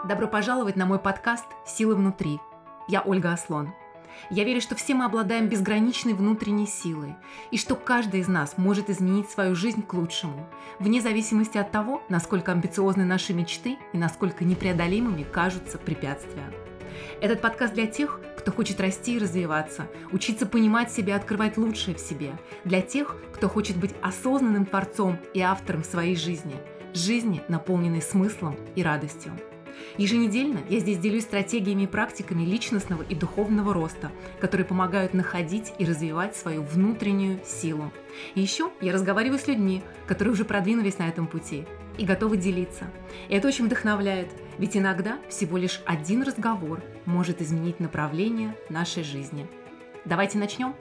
Добро пожаловать на мой подкаст «Силы внутри». Я Ольга Аслон. Я верю, что все мы обладаем безграничной внутренней силой, и что каждый из нас может изменить свою жизнь к лучшему, вне зависимости от того, насколько амбициозны наши мечты и насколько непреодолимыми кажутся препятствия. Этот подкаст для тех, кто хочет расти и развиваться, учиться понимать себя и открывать лучшее в себе, для тех, кто хочет быть осознанным творцом и автором своей жизни, наполненной смыслом и радостью. Еженедельно я здесь делюсь стратегиями и практиками личностного и духовного роста, которые помогают находить и развивать свою внутреннюю силу. И еще я разговариваю с людьми, которые уже продвинулись на этом пути и готовы делиться. И это очень вдохновляет, ведь иногда всего лишь один разговор может изменить направление нашей жизни. Давайте начнем.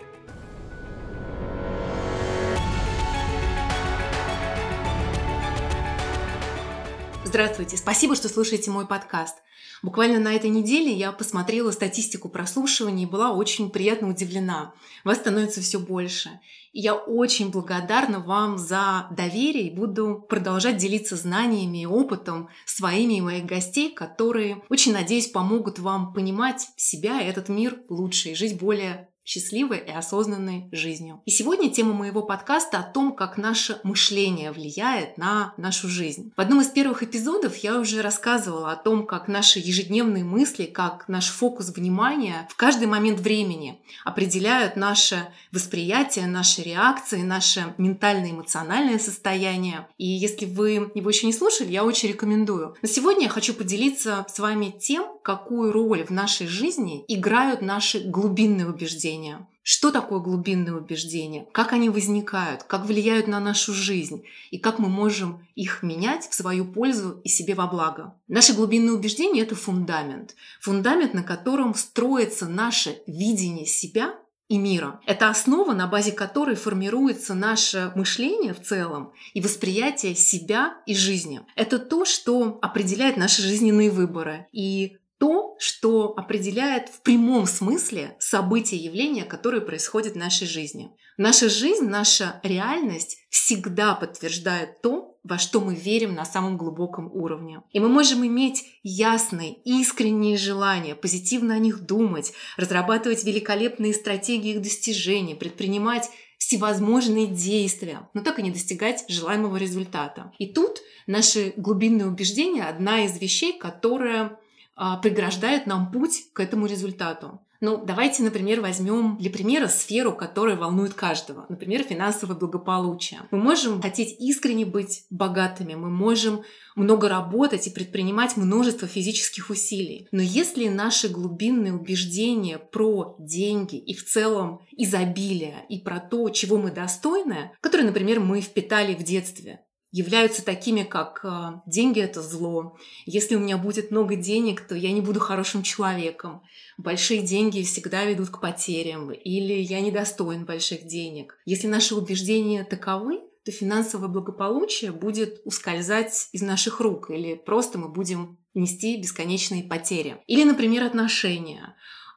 Здравствуйте, спасибо, что слушаете мой подкаст. Буквально на этой неделе я посмотрела статистику прослушиваний и была очень приятно удивлена. Вас становится все больше. И я очень благодарна вам за доверие и буду продолжать делиться знаниями и опытом своими и моих гостей, которые, очень надеюсь, помогут вам понимать себя и этот мир лучше и жить более счастливой и осознанной жизнью. И сегодня тема моего подкаста о том, как наше мышление влияет на нашу жизнь. В одном из первых эпизодов я уже рассказывала о том, как наши ежедневные мысли, как наш фокус внимания в каждый момент времени определяют наше восприятие, наши реакции, наше ментально-эмоциональное состояние. И если вы его еще не слушали, я очень рекомендую. Но сегодня я хочу поделиться с вами тем, какую роль в нашей жизни играют наши глубинные убеждения. Что такое глубинные убеждения? Как они возникают? Как влияют на нашу жизнь? И как мы можем их менять в свою пользу и себе во благо? Наши глубинные убеждения – это фундамент. Фундамент, на котором строится наше видение себя и мира. Это основа, на базе которой формируется наше мышление в целом и восприятие себя и жизни. Это то, что определяет наши жизненные выборы и то, что определяет в прямом смысле события, явления, которые происходят в нашей жизни. Наша жизнь, наша реальность всегда подтверждает то, во что мы верим на самом глубоком уровне. И мы можем иметь ясные, искренние желания, позитивно о них думать, разрабатывать великолепные стратегии их достижения, предпринимать всевозможные действия, но так и не достигать желаемого результата. И тут наши глубинные убеждения – одна из вещей, которая преграждает нам путь к этому результату. Давайте, например, возьмем для примера сферу, которая волнует каждого. Например, финансовое благополучие. Мы можем хотеть искренне быть богатыми, мы можем много работать и предпринимать множество физических усилий. Но если наши глубинные убеждения про деньги и в целом изобилие и про то, чего мы достойны, которые, например, мы впитали в детстве, являются такими, как деньги – это зло. Если у меня будет много денег, то я не буду хорошим человеком. Большие деньги всегда ведут к потерям. Или я недостоин больших денег. Если наши убеждения таковы, то финансовое благополучие будет ускользать из наших рук. Или просто мы будем нести бесконечные потери. Или, например, отношения.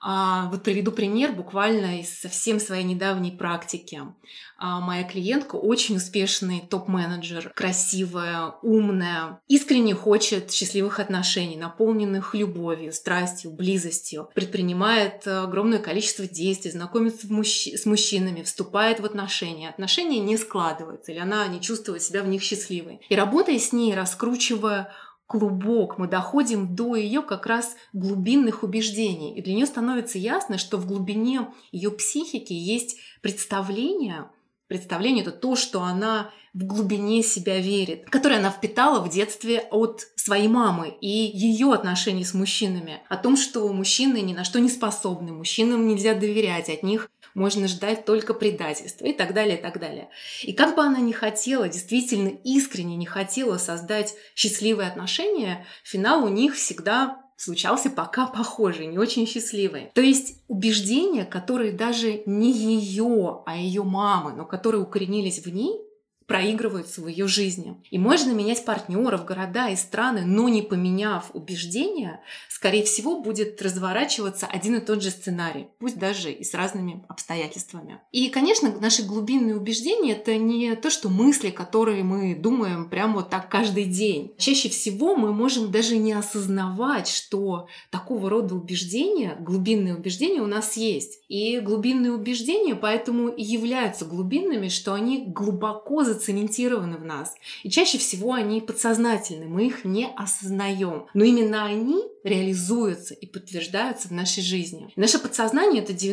Вот приведу пример буквально из совсем своей недавней практики. Моя клиентка очень успешный топ-менеджер, красивая, умная, искренне хочет счастливых отношений, наполненных любовью, страстью, близостью, предпринимает огромное количество действий, знакомится с мужчинами, вступает в отношения. Отношения не складываются, или она не чувствует себя в них счастливой. И работая с ней, раскручивая клубок, мы доходим до ее как раз глубинных убеждений. И для нее становится ясно, что в глубине ее психики есть представление – это то, что она в глубине себя верит, которое она впитала в детстве от своей мамы и ее отношений с мужчинами. О том, что мужчины ни на что не способны, мужчинам нельзя доверять, от них можно ждать только предательства и так далее, и так далее. И как бы она ни хотела, действительно искренне не хотела создать счастливые отношения, финал у них всегда случался пока похожий, не очень счастливый. То есть убеждения, которые даже не ее, а ее мамы, но которые укоренились в ней, проигрываются в ее жизни. И можно менять партнеров, города и страны, но не поменяв убеждения, скорее всего, будет разворачиваться один и тот же сценарий, пусть даже и с разными обстоятельствами. И, конечно, наши глубинные убеждения – это не то, что мысли, которые мы думаем прямо вот так каждый день. Чаще всего мы можем даже не осознавать, что такого рода убеждения, глубинные убеждения у нас есть. И глубинные убеждения поэтому и являются глубинными, что они глубоко зацементированы в нас. И чаще всего они подсознательны, мы их не осознаем. Но именно они реализуются и подтверждаются в нашей жизни. И наше подсознание – это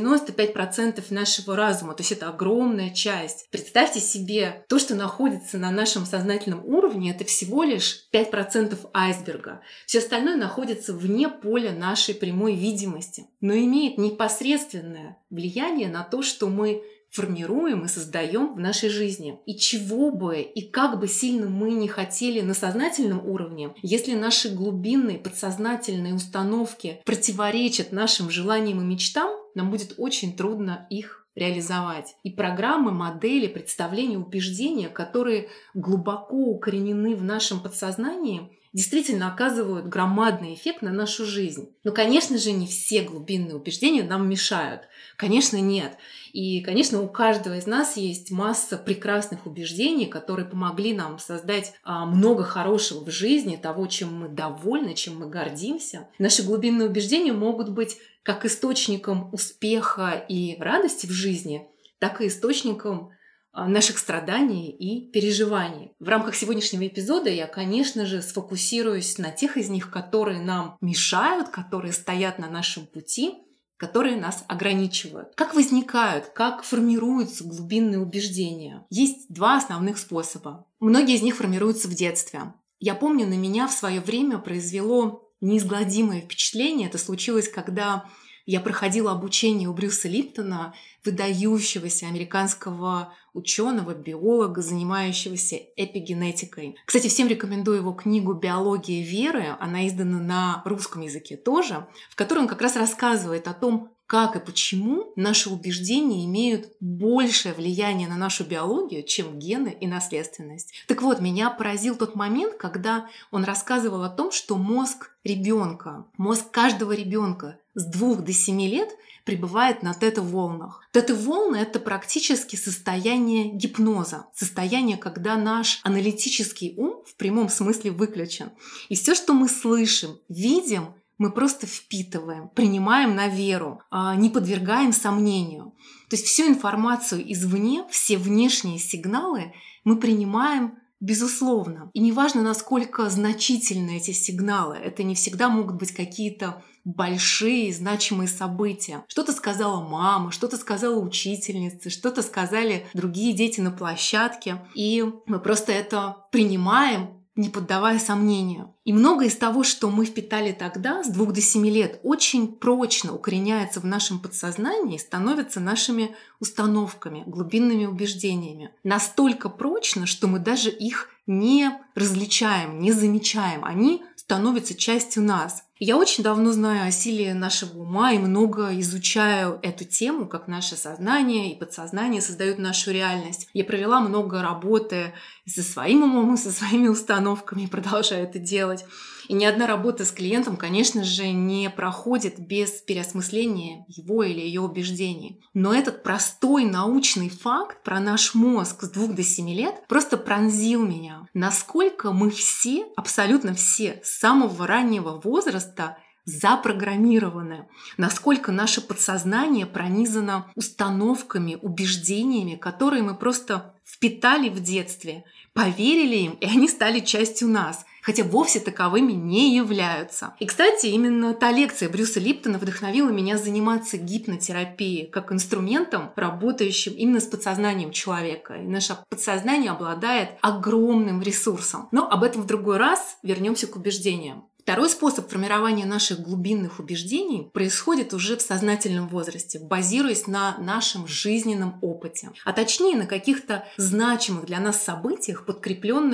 95% нашего разума, то есть это огромная часть. Представьте себе, то, что находится на нашем сознательном уровне, это всего лишь 5% айсберга. Все остальное находится вне поля нашей прямой видимости, но имеет непосредственное влияние на то, что мы формируем и создаем в нашей жизни. И чего бы, и как бы сильно мы не хотели на сознательном уровне, если наши глубинные подсознательные установки противоречат нашим желаниям и мечтам, нам будет очень трудно их реализовать. И программы, модели, представления, убеждения, которые глубоко укоренены в нашем подсознании, действительно оказывают громадный эффект на нашу жизнь. Но, конечно же, не все глубинные убеждения нам мешают. Конечно, нет. И, конечно, у каждого из нас есть масса прекрасных убеждений, которые помогли нам создать много хорошего в жизни, того, чем мы довольны, чем мы гордимся. Наши глубинные убеждения могут быть как источником успеха и радости в жизни, так и источником наших страданий и переживаний. В рамках сегодняшнего эпизода я, конечно же, сфокусируюсь на тех из них, которые нам мешают, которые стоят на нашем пути, которые нас ограничивают. Как возникают, как формируются глубинные убеждения? Есть два основных способа. Многие из них формируются в детстве. Я помню, на меня в свое время произвело неизгладимое впечатление. Это случилось, когда я проходила обучение у Брюса Липтона, выдающегося американского ученого, биолога, занимающегося эпигенетикой. Кстати, всем рекомендую его книгу «Биология веры». Она издана на русском языке тоже, в которой он как раз рассказывает о том, как и почему наши убеждения имеют большее влияние на нашу биологию, чем гены и наследственность. Так вот, меня поразил тот момент, когда он рассказывал о том, что мозг ребенка, мозг каждого ребенка с 2 до 7 лет пребывает на тета-волнах. Тета-волны – это практически состояние гипноза, состояние, когда наш аналитический ум в прямом смысле выключен. И все, что мы слышим, видим, мы просто впитываем, принимаем на веру, не подвергаем сомнению. То есть всю информацию извне, все внешние сигналы мы принимаем безусловно. И неважно, насколько значительны эти сигналы, это не всегда могут быть какие-то большие, значимые события. Что-то сказала мама, что-то сказала учительница, что-то сказали другие дети на площадке. И мы просто это принимаем, не поддавая сомнению. И многое из того, что мы впитали тогда, с 2 до 7 лет, очень прочно укореняется в нашем подсознании и становится нашими установками, глубинными убеждениями. Настолько прочно, что мы даже их не различаем, не замечаем. Они становятся частью нас. Я очень давно знаю о силе нашего ума и много изучаю эту тему, как наше сознание и подсознание создают нашу реальность. Я провела много работы со своим умом и со своими установками и продолжаю это делать. И ни одна работа с клиентом, конечно же, не проходит без переосмысления его или ее убеждений. Но этот простой научный факт про наш мозг с 2 до 7 лет просто пронзил меня. Насколько мы все, абсолютно все, с самого раннего возраста запрограммированы, насколько наше подсознание пронизано установками, убеждениями, которые мы просто впитали в детстве, поверили им, и они стали частью нас, хотя вовсе таковыми не являются. И, кстати, именно та лекция Брюса Липтона вдохновила меня заниматься гипнотерапией как инструментом, работающим именно с подсознанием человека. И наше подсознание обладает огромным ресурсом. Но об этом в другой раз. Вернемся к убеждениям. Второй способ формирования наших глубинных убеждений происходит уже в сознательном возрасте, базируясь на нашем жизненном опыте, а точнее на каких-то значимых для нас событиях, подкрепленных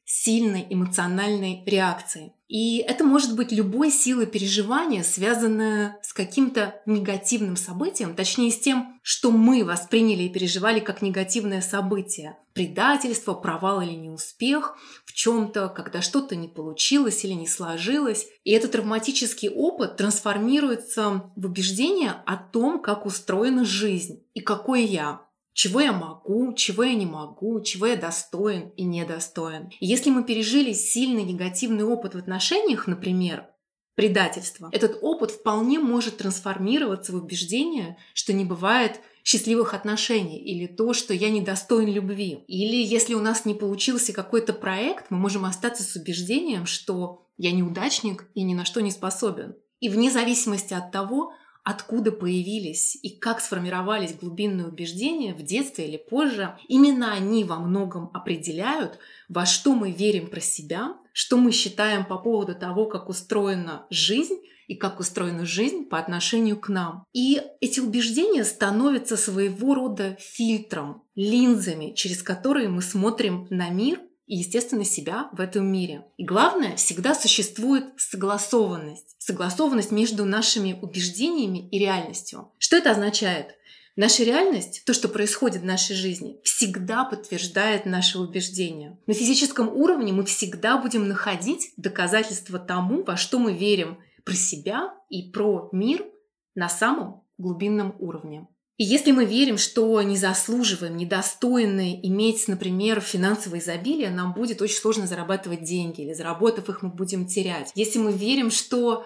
сильной эмоциональной реакцией. И это может быть любой силой переживания, связанная с каким-то негативным событием, точнее с тем, что мы восприняли и переживали как негативное событие. Предательство, провал или неуспех в чем-то, когда что-то не получилось или не сложилось. И этот травматический опыт трансформируется в убеждение о том, как устроена жизнь и какой я. Чего я могу, чего я не могу, чего я достоин и недостоин. И если мы пережили сильный негативный опыт в отношениях, например, предательство, этот опыт вполне может трансформироваться в убеждение, что не бывает счастливых отношений, или то, что я недостоин любви. Или если у нас не получился какой-то проект, мы можем остаться с убеждением, что я неудачник и ни на что не способен. И вне зависимости от того, откуда появились и как сформировались глубинные убеждения в детстве или позже, именно они во многом определяют, во что мы верим про себя, что мы считаем по поводу того, как устроена жизнь и как устроена жизнь по отношению к нам. И эти убеждения становятся своего рода фильтром, линзами, через которые мы смотрим на мир и, естественно, себя в этом мире. И главное, всегда существует согласованность. Согласованность между нашими убеждениями и реальностью. Что это означает? Наша реальность, то, что происходит в нашей жизни, всегда подтверждает наши убеждения. На физическом уровне мы всегда будем находить доказательства тому, во что мы верим про себя и про мир на самом глубинном уровне. И если мы верим, что не заслуживаем, недостойны иметь, например, финансовое изобилие, нам будет очень сложно зарабатывать деньги, или заработав их, мы будем терять. Если мы верим, что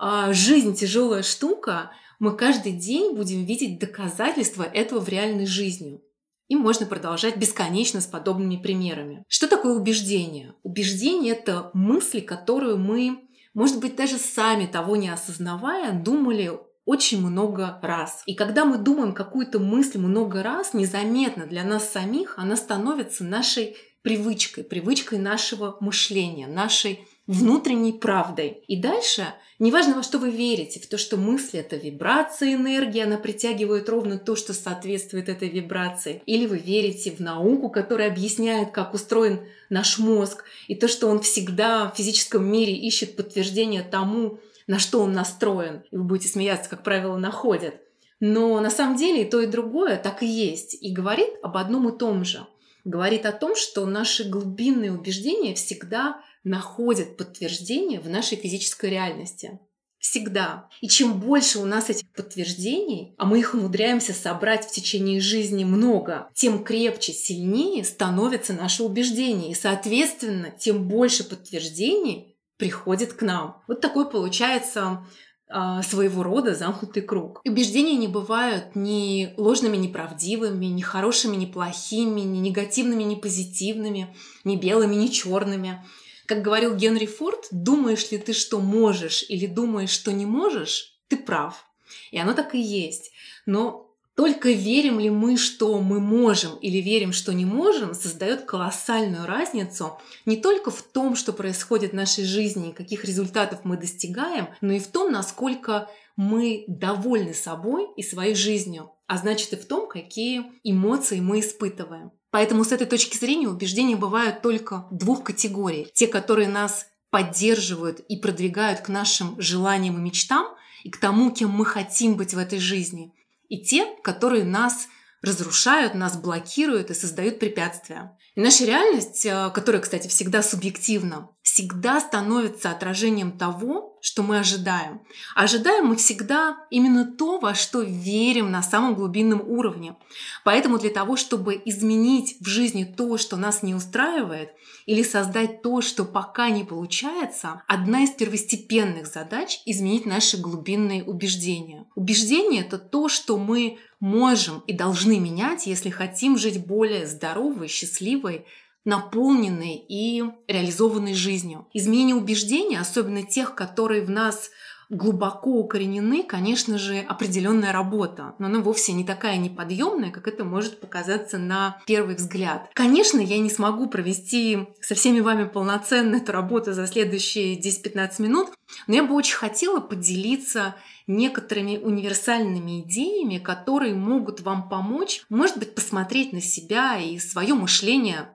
жизнь тяжелая штука, мы каждый день будем видеть доказательства этого в реальной жизни. И можно продолжать бесконечно с подобными примерами. Что такое убеждение? Убеждение – это мысли, которые мы, может быть, даже сами того не осознавая, думали очень много раз. И когда мы думаем какую-то мысль много раз, незаметно для нас самих, она становится нашей привычкой нашего мышления, нашей внутренней правдой. И дальше, неважно, во что вы верите, в то, что мысли — это вибрация энергии, она притягивает ровно то, что соответствует этой вибрации, или вы верите в науку, которая объясняет, как устроен наш мозг, и то, что он всегда в физическом мире ищет подтверждение тому, на что он настроен, и вы будете смеяться, как правило, находят. Но на самом деле и то, и другое так и есть, и говорит об одном и том же. Говорит о том, что наши глубинные убеждения всегда находят подтверждение в нашей физической реальности. Всегда. И чем больше у нас этих подтверждений, а мы их умудряемся собрать в течение жизни много, тем крепче, сильнее становятся наши убеждения. И, соответственно, тем больше подтверждений приходит к нам. Вот такой получается своего рода замкнутый круг. И убеждения не бывают ни ложными, ни правдивыми, ни хорошими, ни плохими, ни негативными, ни позитивными, ни белыми, ни черными. Как говорил Генри Форд, думаешь ли ты, что можешь, или думаешь, что не можешь, ты прав. И оно так и есть. Но только верим ли мы, что мы можем, или верим, что не можем, создает колоссальную разницу не только в том, что происходит в нашей жизни и каких результатов мы достигаем, но и в том, насколько мы довольны собой и своей жизнью, а значит и в том, какие эмоции мы испытываем. Поэтому с этой точки зрения убеждения бывают только двух категорий. Те, которые нас поддерживают и продвигают к нашим желаниям и мечтам, и к тому, кем мы хотим быть в этой жизни, и те, которые нас разрушают, нас блокируют и создают препятствия. И наша реальность, которая, кстати, всегда субъективна, всегда становится отражением того, что мы ожидаем. А ожидаем мы всегда именно то, во что верим на самом глубинном уровне. Поэтому для того, чтобы изменить в жизни то, что нас не устраивает, или создать то, что пока не получается, одна из первостепенных задач – изменить наши глубинные убеждения. Убеждение – это то, что мы можем и должны менять, если хотим жить более здоровой, счастливой, наполненной и реализованной жизнью. Изменение убеждений, особенно тех, которые в нас глубоко укоренены, конечно же, определенная работа, но она вовсе не такая неподъемная, как это может показаться на первый взгляд. Конечно, я не смогу провести со всеми вами полноценно эту работу за следующие 10-15 минут, но я бы очень хотела поделиться некоторыми универсальными идеями, которые могут вам помочь, может быть, посмотреть на себя и свое мышление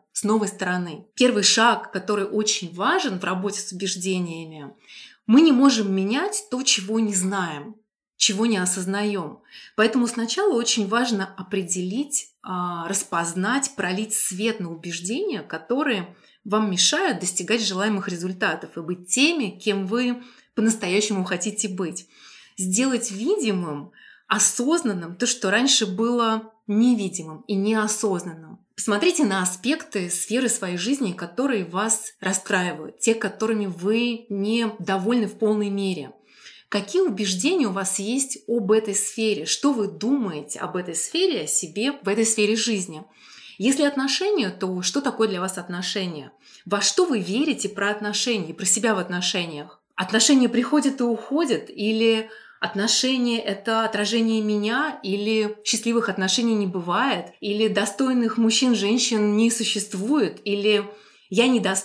с новой стороны. Первый шаг, который очень важен в работе с убеждениями, мы не можем менять то, чего не знаем, чего не осознаем. Поэтому сначала очень важно определить, распознать, пролить свет на убеждения, которые вам мешают достигать желаемых результатов и быть теми, кем вы по-настоящему хотите быть. Сделать видимым, осознанным то, что раньше было невидимым и неосознанным. Посмотрите на аспекты сферы своей жизни, которые вас расстраивают, те, которыми вы не довольны в полной мере. Какие убеждения у вас есть об этой сфере? Что вы думаете об этой сфере, о себе в этой сфере жизни? Если отношения, то что такое для вас отношения? Во что вы верите про отношения, про себя в отношениях? Отношения приходят и уходят? Или отношения – это отражение меня? Или счастливых отношений не бывает? Или достойных мужчин, женщин не существует? Или я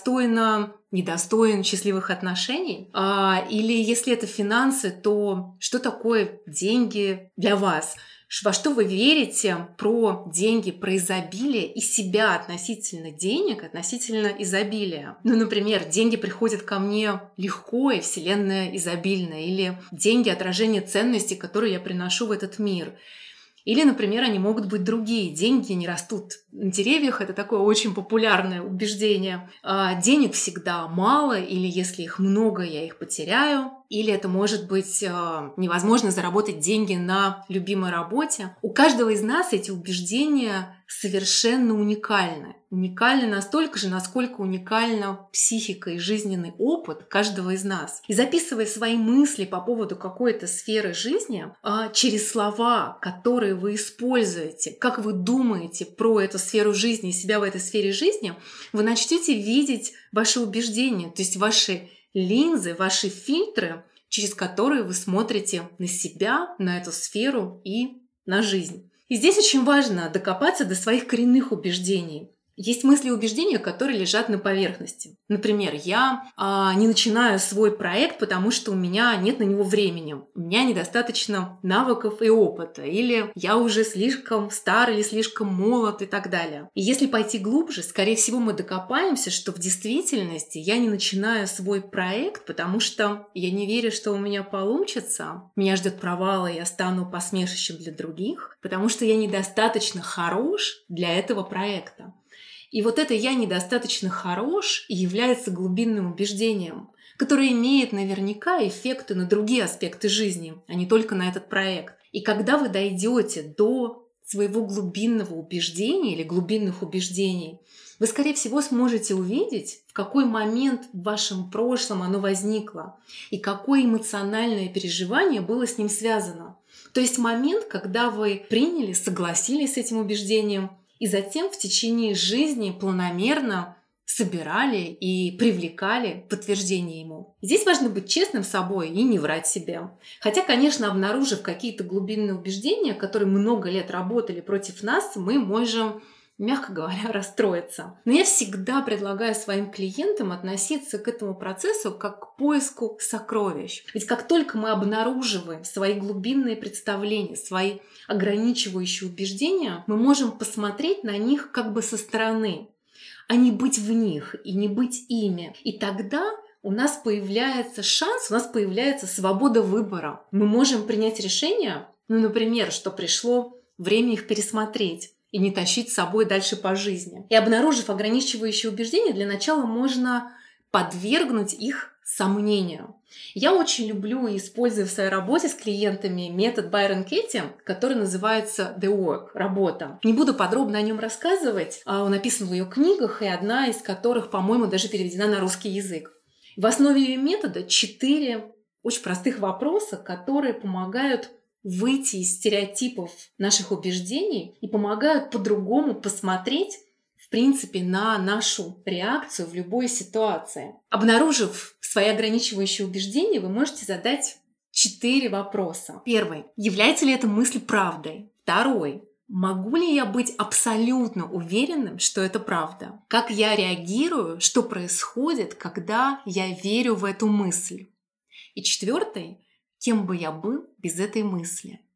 недостоин счастливых отношений? Или если это финансы, то что такое деньги для вас? Во что вы верите про деньги, про изобилие и себя относительно денег, относительно изобилия? Например, деньги приходят ко мне легко, и вселенная изобильная. Или деньги – отражение ценностей, которые я приношу в этот мир. Или, например, они могут быть другие. Деньги не растут на деревьях. Это такое очень популярное убеждение. Денег всегда мало, или если их много, я их потеряю. Или это может быть невозможно заработать деньги на любимой работе. У каждого из нас эти убеждения совершенно уникальны. Уникальны настолько же, насколько уникальна психика и жизненный опыт каждого из нас. И записывая свои мысли по поводу какой-то сферы жизни, через слова, которые вы используете, как вы думаете про эту сферу жизни и себя в этой сфере жизни, вы начнете видеть ваши убеждения, то есть ваши линзы, ваши фильтры, через которые вы смотрите на себя, на эту сферу и на жизнь. И здесь очень важно докопаться до своих коренных убеждений. Есть мысли и убеждения, которые лежат на поверхности. Например, я не начинаю свой проект, потому что у меня нет на него времени. У меня недостаточно навыков и опыта. Или я уже слишком стар или слишком молод и так далее. И если пойти глубже, скорее всего, мы докопаемся, что в действительности я не начинаю свой проект, потому что я не верю, что у меня получится. Меня ждет провал, и я стану посмешищем для других, потому что я недостаточно хорош для этого проекта. И вот это «я недостаточно хорош» и является глубинным убеждением, которое имеет наверняка эффекты на другие аспекты жизни, а не только на этот проект. И когда вы дойдете до своего глубинного убеждения или глубинных убеждений, вы, скорее всего, сможете увидеть, в какой момент в вашем прошлом оно возникло и какое эмоциональное переживание было с ним связано. То есть момент, когда вы приняли, согласились с этим убеждением, и затем в течение жизни планомерно собирали и привлекали подтверждение ему. Здесь важно быть честным с собой и не врать себе. Хотя, конечно, обнаружив какие-то глубинные убеждения, которые много лет работали против нас, мы можем, мягко говоря, расстроиться. Но я всегда предлагаю своим клиентам относиться к этому процессу как к поиску сокровищ. Ведь как только мы обнаруживаем свои глубинные представления, свои ограничивающие убеждения, мы можем посмотреть на них как бы со стороны, а не быть в них и не быть ими. И тогда у нас появляется шанс, у нас появляется свобода выбора. Мы можем принять решение, например, что пришло время их пересмотреть и не тащить с собой дальше по жизни. И обнаружив ограничивающие убеждения, для начала можно подвергнуть их сомнению. Я очень люблю и использую в своей работе с клиентами метод Байрон Кэти, который называется The Work – работа. Не буду подробно о нем рассказывать, он написан в ее книгах, и одна из которых, по-моему, даже переведена на русский язык. В основе ее метода 4 очень простых вопроса, которые помогают выйти из стереотипов наших убеждений и помогают по-другому посмотреть, в принципе, на нашу реакцию в любой ситуации. Обнаружив свои ограничивающие убеждения, вы можете задать 4 вопроса. Первый. Является ли эта мысль правдой? Второй. Могу ли я быть абсолютно уверенным, что это правда? Как я реагирую, что происходит, когда я верю в эту мысль? И четвертый. Кем бы я был без этой мысли?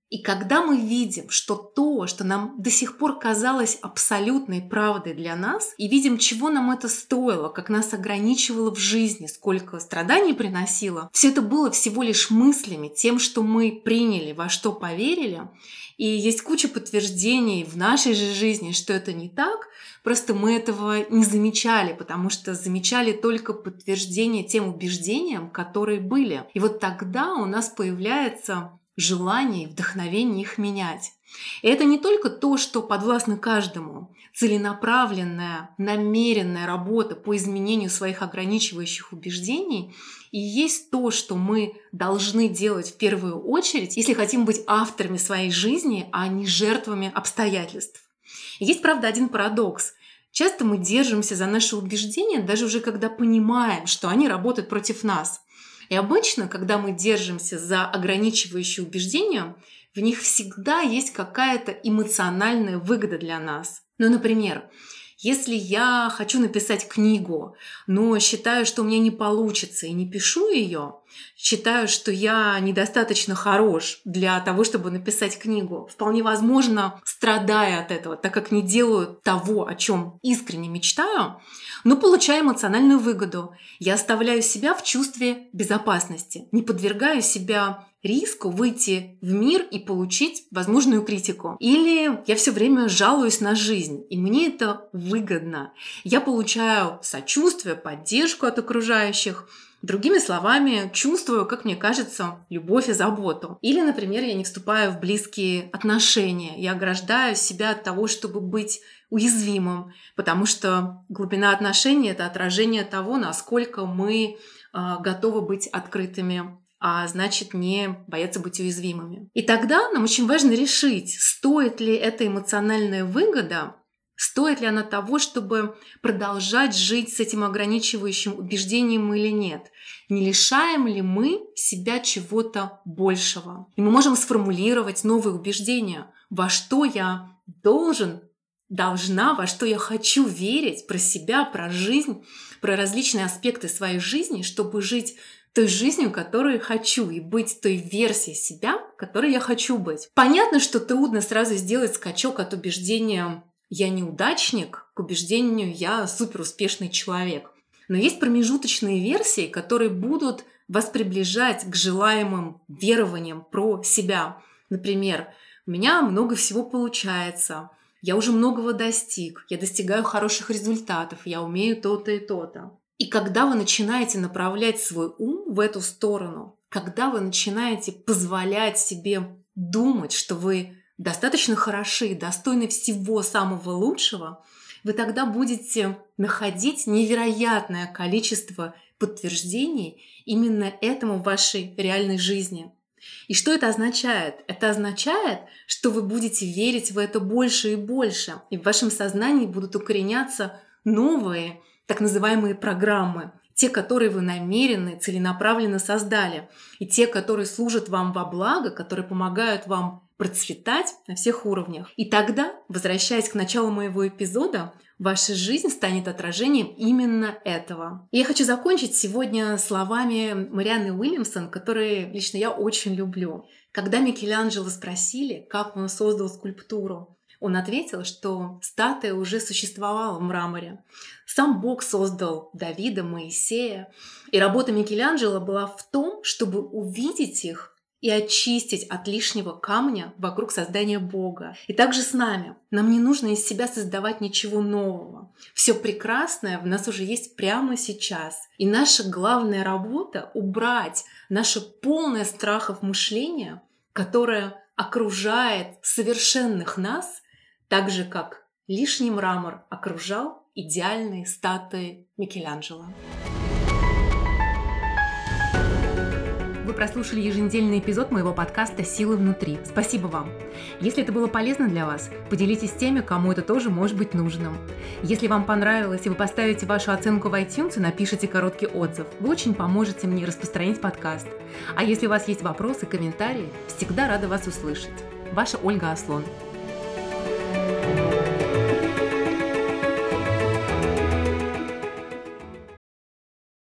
И когда мы видим, что то, что нам до сих пор казалось абсолютной правдой для нас, и видим, чего нам это стоило, как нас ограничивало в жизни, сколько страданий приносило, все это было всего лишь мыслями, тем, что мы приняли, во что поверили. И есть куча подтверждений в нашей же жизни, что это не так, просто мы этого не замечали, потому что замечали только подтверждение тем убеждениям, которые были. И вот тогда у нас появляется желание и вдохновение их менять. И это не только то, что подвластно каждому. Целенаправленная, намеренная работа по изменению своих ограничивающих убеждений и есть то, что мы должны делать в первую очередь, если хотим быть авторами своей жизни, а не жертвами обстоятельств. И есть, правда, один парадокс. Часто мы держимся за наши убеждения, даже уже когда понимаем, что они работают против нас. И обычно, когда мы держимся за ограничивающие убеждения, в них всегда есть какая-то эмоциональная выгода для нас. Ну, например, если я хочу написать книгу, но считаю, что у меня не получится и не пишу ее, считаю, что я недостаточно хорош для того, чтобы написать книгу, вполне возможно, страдая от этого, так как не делаю того, о чем искренне мечтаю, но получаю эмоциональную выгоду. Я оставляю себя в чувстве безопасности, не подвергаю себя риску выйти в мир и получить возможную критику. Или я все время жалуюсь на жизнь, и мне это выгодно. Я получаю сочувствие, поддержку от окружающих. Другими словами, чувствую, как мне кажется, любовь и заботу. Или, например, я не вступаю в близкие отношения. Я ограждаю себя от того, чтобы быть уязвимым, потому что глубина отношений – это отражение того, насколько мы готовы быть открытыми, а значит, не бояться быть уязвимыми. И тогда нам очень важно решить, стоит ли эта эмоциональная выгода, стоит ли она того, чтобы продолжать жить с этим ограничивающим убеждением или нет. Не лишаем ли мы себя чего-то большего? И мы можем сформулировать новые убеждения, во что я должна, во что я хочу верить про себя, про жизнь, про различные аспекты своей жизни, чтобы жить той жизнью, которую хочу, и быть той версией себя, которой я хочу быть. Понятно, что трудно сразу сделать скачок от убеждения «я неудачник» к убеждению «я суперуспешный человек». Но есть промежуточные версии, которые будут вас приближать к желаемым верованиям про себя. Например, у меня много всего получается, я уже многого достиг, я достигаю хороших результатов, я умею то-то и то-то. И когда вы начинаете направлять свой ум в эту сторону, когда вы начинаете позволять себе думать, что вы достаточно хороши, достойны всего самого лучшего, вы тогда будете находить невероятное количество подтверждений именно этому в вашей реальной жизни. И что это означает? Это означает, что вы будете верить в это больше и больше, и в вашем сознании будут укореняться новые, так называемые программы, те, которые вы намеренно, целенаправленно создали, и те, которые служат вам во благо, которые помогают вам процветать на всех уровнях. И тогда, возвращаясь к началу моего эпизода, ваша жизнь станет отражением именно этого. И я хочу закончить сегодня словами Марианны Уильямсон, которые лично я очень люблю. Когда Микеланджело спросили, как он создал скульптуру, он ответил, что статуя уже существовала в мраморе. Сам Бог создал Давида, Моисея. И работа Микеланджело была в том, чтобы увидеть их и очистить от лишнего камня вокруг создания Бога. И также с нами. Нам не нужно из себя создавать ничего нового. Все прекрасное в нас уже есть прямо сейчас. И наша главная работа — убрать наше полное страхов мышление, которое окружает совершенных нас, так же, как лишний мрамор окружал идеальные статуи Микеланджело. Вы прослушали еженедельный эпизод моего подкаста «Силы внутри». Спасибо вам. Если это было полезно для вас, поделитесь с теми, кому это тоже может быть нужным. Если вам понравилось и вы поставите вашу оценку в iTunes и напишите короткий отзыв, вы очень поможете мне распространить подкаст. А если у вас есть вопросы, комментарии, всегда рада вас услышать. Ваша Ольга Аслон.